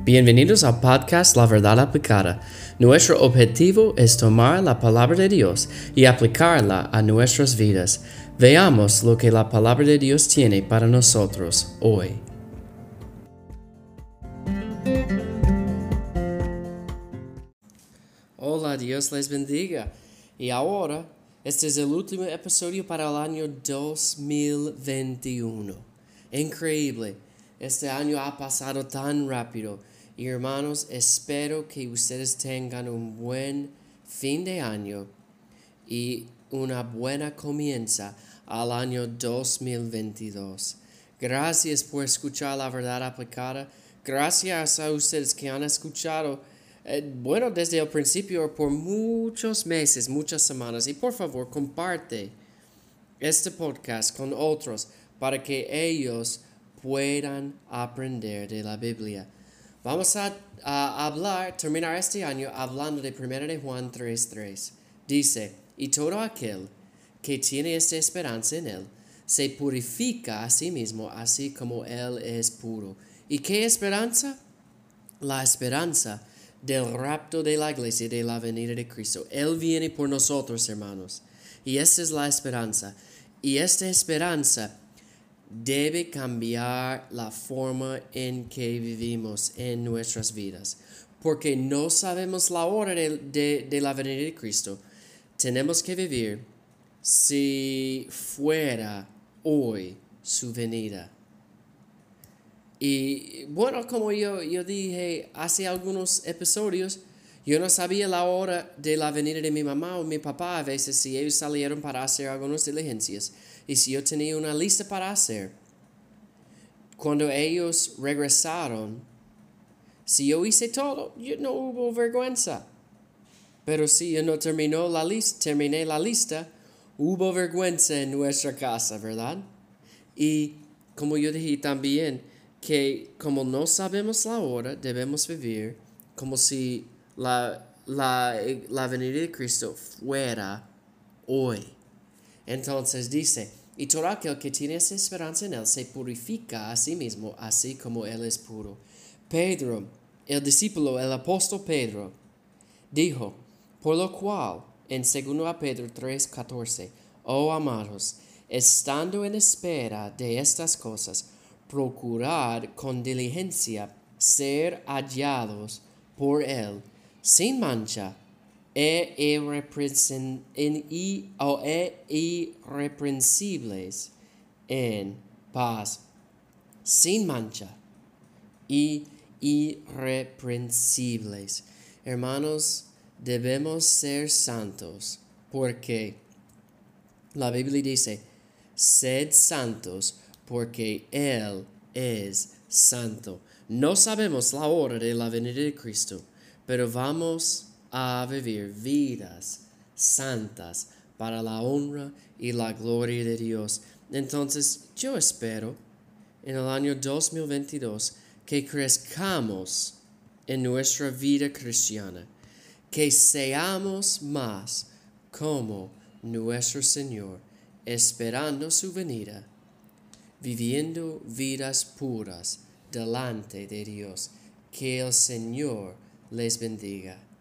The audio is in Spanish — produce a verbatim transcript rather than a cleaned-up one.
Bienvenidos al podcast La Verdad Aplicada. Nuestro objetivo es tomar la palabra de Dios y aplicarla a nuestras vidas. Veamos lo que la palabra de Dios tiene para nosotros hoy. Hola, Dios les bendiga. Y ahora, este es el último episodio para el año dos mil veintiuno. Increíble. Este año ha pasado tan rápido. Y hermanos, espero que ustedes tengan un buen fin de año y una buena comienza al año dos mil veintidós. Gracias por escuchar la verdad aplicada. Gracias a ustedes que han escuchado, eh, bueno, desde el principio por muchos meses, muchas semanas. Y por favor, comparte este podcast con otros para que ellos puedan aprender de la Biblia. Vamos a, a hablar, terminar este año hablando de primera de Juan tres tres. Dice, y todo aquel que tiene esta esperanza en él, se purifica a sí mismo, así como él es puro. ¿Y qué esperanza? La esperanza del rapto de la iglesia, de la venida de Cristo. Él viene por nosotros, hermanos. Y esta es la esperanza. Y esta esperanza debe cambiar la forma en que vivimos en nuestras vidas. Porque no sabemos la hora de, de, de la venida de Cristo. Tenemos que vivir si fuera hoy su venida. Y bueno, como yo, yo dije hace algunos episodios, yo no sabía la hora de la venida de mi mamá o mi papá a veces si ellos salieron para hacer algunas diligencias. Y si yo tenía una lista para hacer, cuando ellos regresaron, si yo hice todo, yo no hubo vergüenza. Pero si yo no terminó la lista, terminé la lista, hubo vergüenza en nuestra casa, ¿verdad? Y como yo dije también, que como no sabemos la hora, debemos vivir como si la, la, la venida de Cristo fuera hoy. Entonces dice, y todo aquel que tiene esa esperanza en él se purifica a sí mismo, así como él es puro. Pedro, el discípulo, el apóstol Pedro, dijo, por lo cual, en segundo a Pedro tres catorce, oh amados, estando en espera de estas cosas, procurad con diligencia ser hallados por él, sin mancha, e irreprensibles en paz, sin mancha y irreprensibles. Hermanos, debemos ser santos porque la Biblia dice, sed santos porque Él es santo. No sabemos la hora de la venida de Cristo, pero vamos a vivir vidas santas para la honra y la gloria de Dios. Entonces, yo espero en el año dos mil veintidós que crezcamos en nuestra vida cristiana, que seamos más como nuestro Señor, esperando su venida, viviendo vidas puras delante de Dios. Que el Señor les bendiga.